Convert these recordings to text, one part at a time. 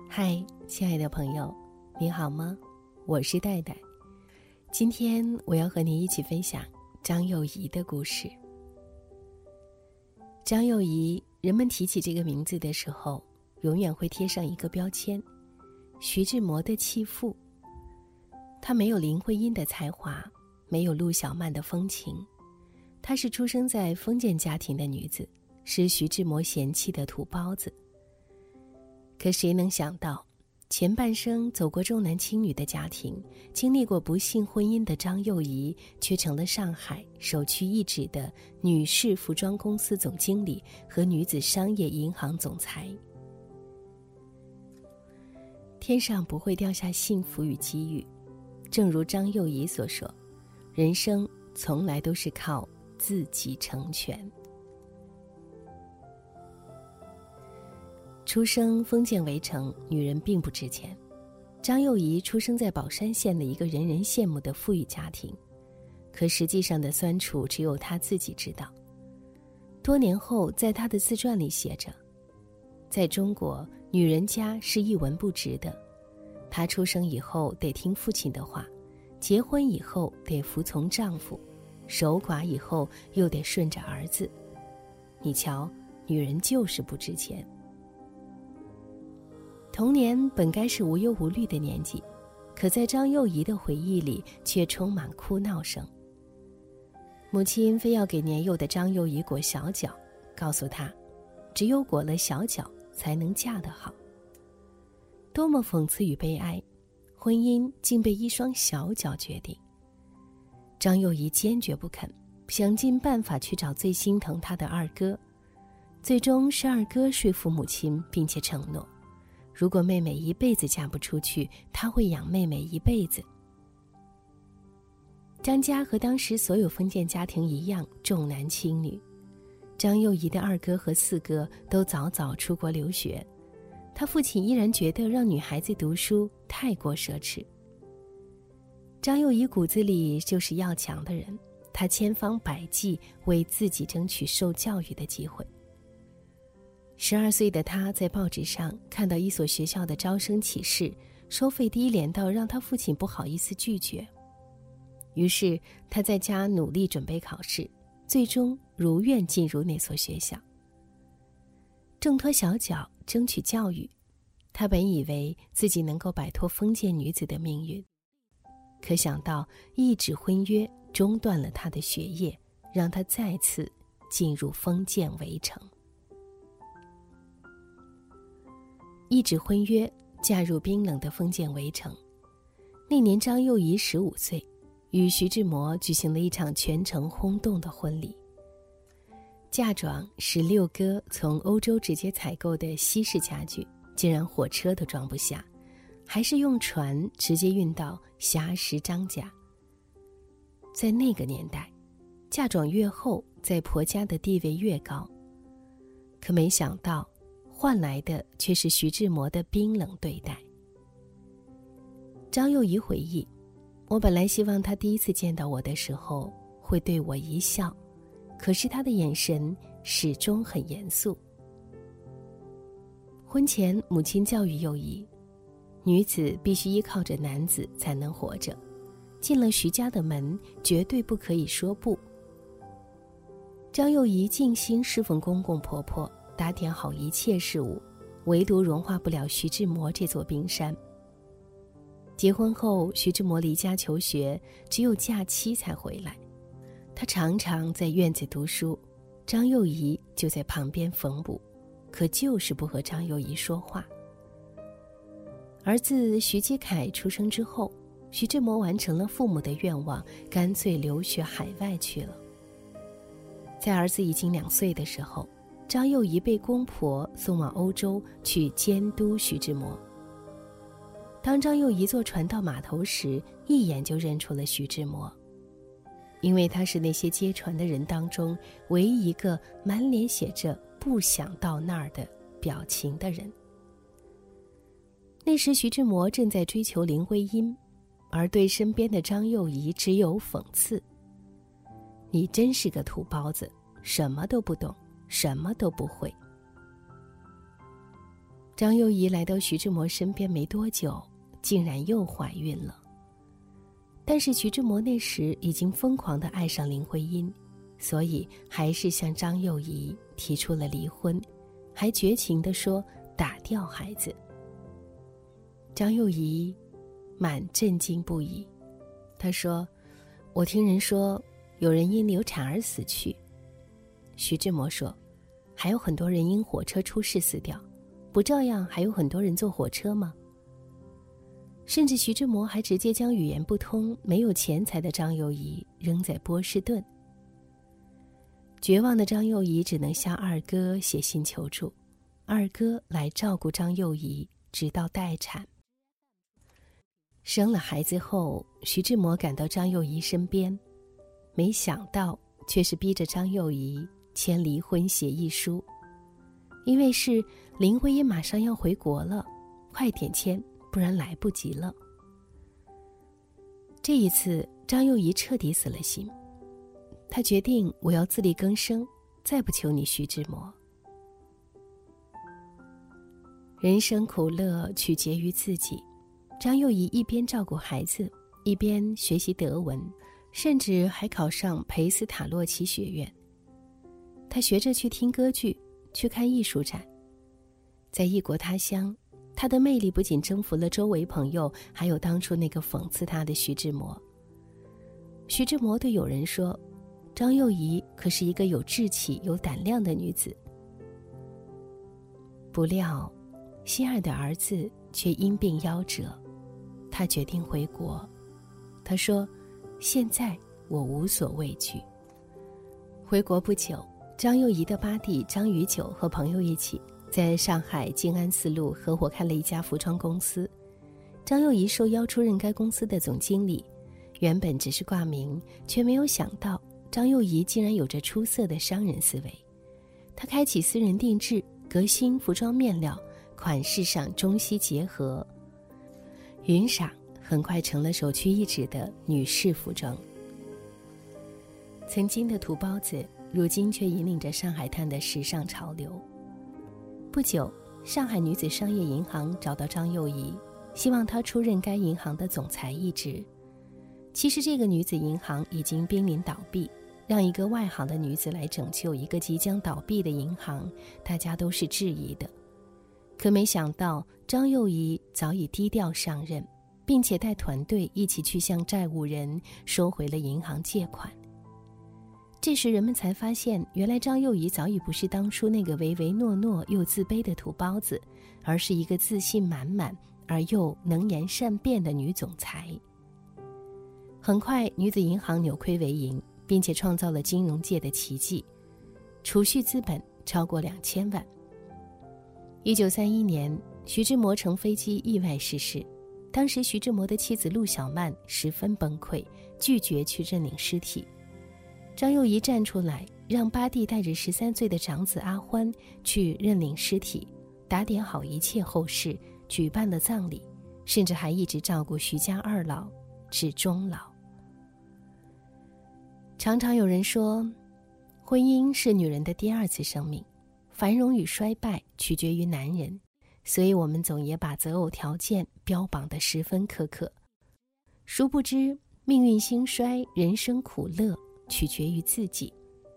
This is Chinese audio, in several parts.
嗨，亲爱的朋友，你好吗？我是戴戴。今天我要和你一起分享张幼仪的故事。张幼仪，人们提起这个名字的时候，永远会贴上一个标签：徐志摩的弃妇。她没有林徽因的才华，没有陆小曼的风情，她是出生在封建家庭的女子，是徐志摩嫌弃的土包子。可谁能想到，前半生走过重男轻女的家庭，经历过不幸婚姻的张幼仪，却成了上海首屈一指的女士服装公司总经理和女子商业银行总裁。天上不会掉下幸福与机遇，正如张幼仪所说，人生从来都是靠自己成全。出生封建围城，女人并不值钱。张幼仪出生在宝山县的一个人人羡慕的富裕家庭，可实际上的酸楚只有她自己知道。多年后，在她的自传里写着，在中国，女人家是一文不值的，她出生以后得听父亲的话，结婚以后得服从丈夫，守寡以后又得顺着儿子。你瞧，女人就是不值钱。童年本该是无忧无虑的年纪，可在张幼仪的回忆里却充满哭闹声。母亲非要给年幼的张幼仪裹小脚，告诉她，只有裹了小脚才能嫁得好。多么讽刺与悲哀，婚姻竟被一双小脚决定。张幼仪坚决不肯，想尽办法去找最心疼她的二哥，最终是二哥说服母亲，并且承诺，如果妹妹一辈子嫁不出去，他会养妹妹一辈子。张家和当时所有封建家庭一样重男轻女，张幼仪的二哥和四哥都早早出国留学，他父亲依然觉得让女孩子读书太过奢侈。张幼仪骨子里就是要强的人，她千方百计为自己争取受教育的机会。12岁的他在报纸上看到一所学校的招生启事，收费低廉到让他父亲不好意思拒绝。于是他在家努力准备考试，最终如愿进入那所学校。挣脱小脚，争取教育，他本以为自己能够摆脱封建女子的命运，可想到一纸婚约中断了他的学业，让他再次进入封建围城。一纸婚约，嫁入冰冷的封建围城。那年张幼仪15岁，与徐志摩举行了一场全城轰动的婚礼。嫁妆是6哥从欧洲直接采购的西式家具，竟然火车都装不下，还是用船直接运到硖石张家。在那个年代，嫁妆越厚，在婆家的地位越高。可没想到，换来的却是徐志摩的冰冷对待。张幼仪回忆，我本来希望他第一次见到我的时候会对我一笑，可是他的眼神始终很严肃。婚前母亲教育幼仪，女子必须依靠着男子才能活着，进了徐家的门绝对不可以说不。张幼仪尽心侍奉公公婆婆，打点好一切事务，唯独融化不了徐志摩这座冰山。结婚后，徐志摩离家求学，只有假期才回来。他常常在院子读书，张幼仪就在旁边缝补，可就是不和张幼仪说话。儿子徐基凯出生之后，徐志摩完成了父母的愿望，干脆留学海外去了。在儿子已经2岁的时候，张幼仪被公婆送往欧洲去监督徐志摩。当张幼仪坐船到码头时，一眼就认出了徐志摩，因为他是那些接船的人当中唯一一个满脸写着不想到那儿的表情的人。那时徐志摩正在追求林徽因，而对身边的张幼仪只有讽刺：你真是个土包子，什么都不懂，什么都不会。 张幼仪来到徐志摩身边没多久，竟然又怀孕了。但是徐志摩那时已经疯狂地爱上林徽因，所以还是向张幼仪提出了离婚，还绝情地说打掉孩子。张幼仪满震惊不已，她说：我听人说有人因流产而死去。徐志摩说：还有很多人因火车出事死掉，不照样还有很多人坐火车吗？甚至徐志摩还直接将语言不通、没有钱财的张幼仪扔在波士顿。绝望的张幼仪只能向二哥写信求助，二哥来照顾张幼仪直到待产。生了孩子后，徐志摩赶到张幼仪身边，没想到却是逼着张幼仪签离婚协议书，因为是林徽因马上要回国了，快点签，不然来不及了。这一次张幼仪彻底死了心，她决定我要自力更生，再不求你徐志摩。人生苦乐取决于自己，张幼仪一边照顾孩子，一边学习德文，甚至还考上培斯塔洛奇学院。她学着去听歌剧，去看艺术展。在异国他乡，她的魅力不仅征服了周围朋友，还有当初那个讽刺她的徐志摩。徐志摩对友人说，张幼仪可是一个有志气、有胆量的女子。不料心爱的儿子却因病夭折，他决定回国。他说，现在我无所畏惧。回国不久，张幼仪的八弟张宇九和朋友一起在上海静安寺路合伙开了一家服装公司。张幼仪受邀出任该公司的总经理，原本只是挂名，却没有想到张幼仪竟然有着出色的商人思维。她开启私人定制，革新服装面料，款式上中西结合，云裳很快成了首屈一指的女士服装。曾经的土包子，如今却引领着上海滩的时尚潮流。不久，上海女子商业银行找到张幼仪，希望她出任该银行的总裁一职。其实这个女子银行已经濒临倒闭，让一个外行的女子来拯救一个即将倒闭的银行，大家都是质疑的。可没想到张幼仪早已低调上任，并且带团队一起去向债务人收回了银行借款。这时人们才发现，原来张幼仪早已不是当初那个唯唯诺诺又自卑的土包子，而是一个自信满满而又能言善辩的女总裁。很快，女子银行扭亏为盈，并且创造了金融界的奇迹，储蓄资本超过2000万。1931年，徐志摩乘飞机意外逝世。当时徐志摩的妻子陆小曼十分崩溃，拒绝去认领尸体。张幼仪站出来，让八弟带着13岁的长子阿欢去认领尸体，打点好一切后事，举办了葬礼，甚至还一直照顾徐家二老至终老。常常有人说，婚姻是女人的第二次生命，繁荣与衰败取决于男人，所以我们总也把择偶条件标榜得十分苛刻。殊不知，命运兴衰，人生苦乐取决于自己。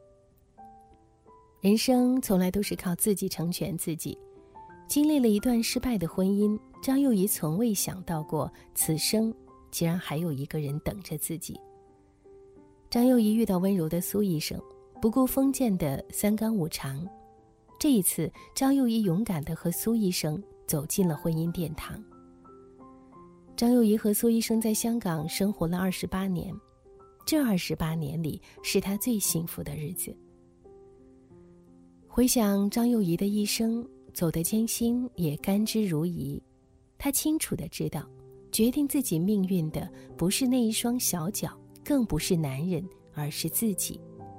人生从来都是靠自己成全自己。经历了一段失败的婚姻，张幼仪从未想到过此生竟然还有一个人等着自己。张幼仪遇到温柔的苏医生，不顾封建的三纲五常。这一次，张幼仪勇敢地和苏医生走进了婚姻殿堂。张幼仪和苏医生在香港生活了28年，这28年里是她最幸福的日子。回想张幼仪的一生，走得艰辛也甘之如饴。她清楚地知道，决定自己命运的不是那一双小脚，更不是男人，而是自己。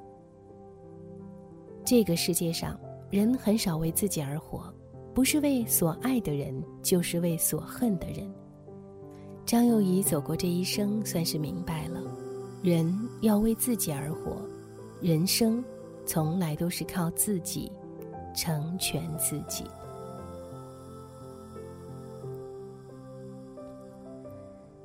这个世界上，人很少为自己而活，不是为所爱的人，就是为所恨的人。张幼仪走过这一生，算是明白了，人要为自己而活，人生从来都是靠自己成全自己。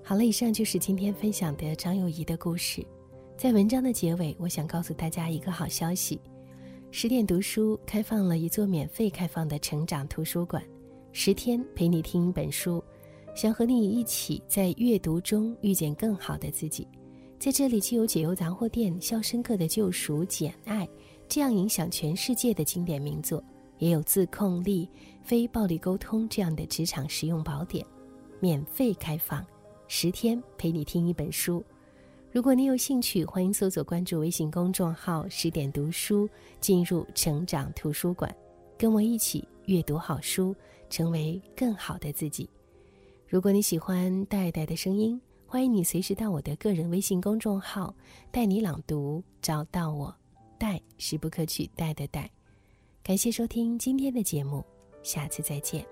好了，以上就是今天分享的张幼仪的故事。在文章的结尾，我想告诉大家一个好消息，10点读书开放了一座免费开放的成长图书馆，10天陪你听一本书，想和你一起在阅读中遇见更好的自己。在这里，既有解忧杂货店、肖申克的救赎、简爱这样影响全世界的经典名作，也有自控力、非暴力沟通这样的职场实用宝典，免费开放，10天陪你听一本书。如果你有兴趣，欢迎搜索关注微信公众号10点读书，进入成长图书馆，跟我一起阅读好书，成为更好的自己。如果你喜欢戴戴的声音，欢迎你随时到我的个人微信公众号带你朗读找到我，戴是不可取代的戴。感谢收听今天的节目，下次再见。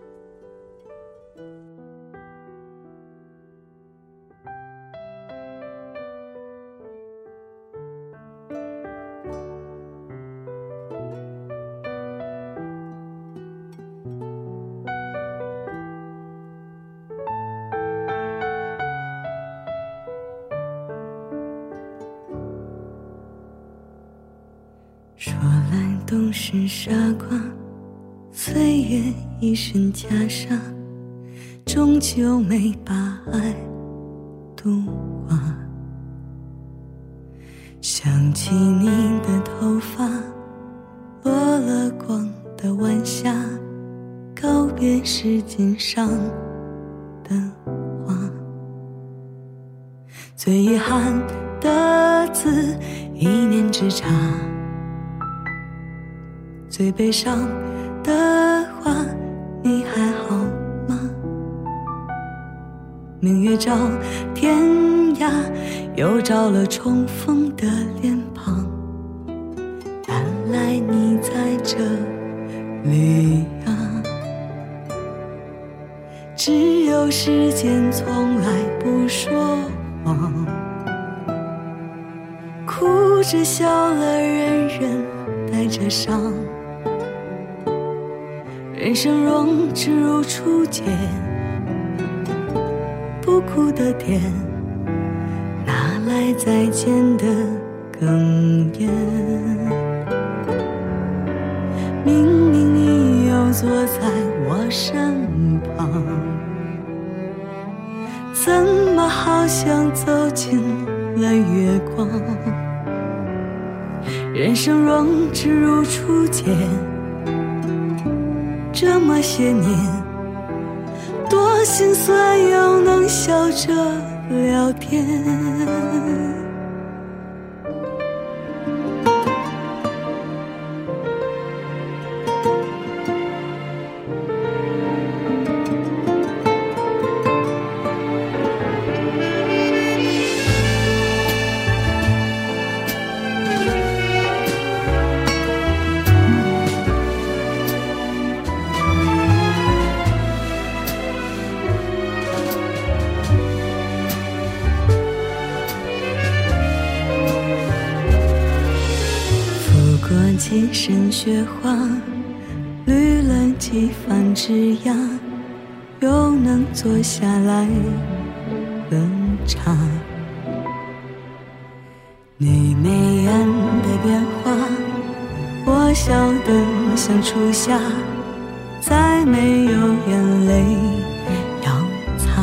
说来都是傻瓜，岁月一身袈裟，终究没把爱度化。想起你的头发，落了光的晚霞，告别时间上的花。最遗憾的字，一念之差。最悲伤的话，你还好吗？明月照天涯，又照了重逢的脸庞。原来你在这里啊，只有时间从来不说谎，哭着笑了，人人带着伤。人生若只如初见，不哭的甜，哪来再见的哽咽？明明你又坐在我身旁，怎么好像走进了月光？人生若只如初见，这么些年，多心酸又能笑着聊天。几身雪花，绿了几番枝桠，又能坐下来喝茶。你眉眼的变化，我笑得像初夏，再没有眼泪要擦。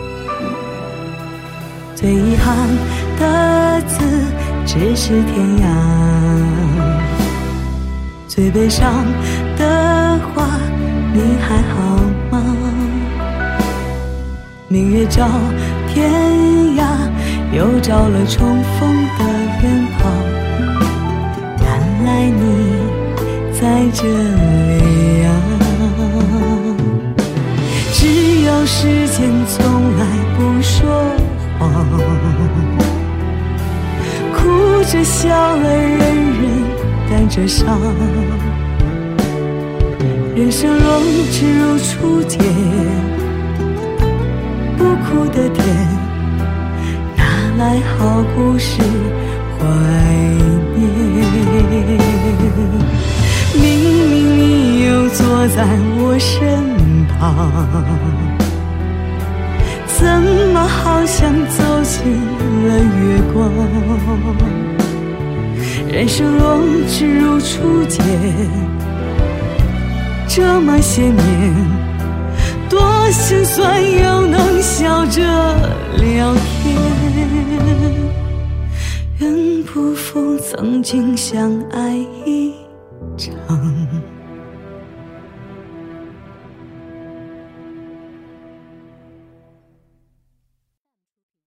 最遗憾的字，只是天涯。最悲伤的话，你还好吗？明月照天涯，又照了重逢的脸庞。原来你在这里啊，只有时间从来不说谎，哭着笑了，人人带着伤。人生若只如初见，不哭的甜，哪来好故事怀念？明明你又坐在我身旁， 怎么好像走进了月光？人生若只如初见，这么些年，多心酸又能笑着聊天。愿不负曾经相爱一场。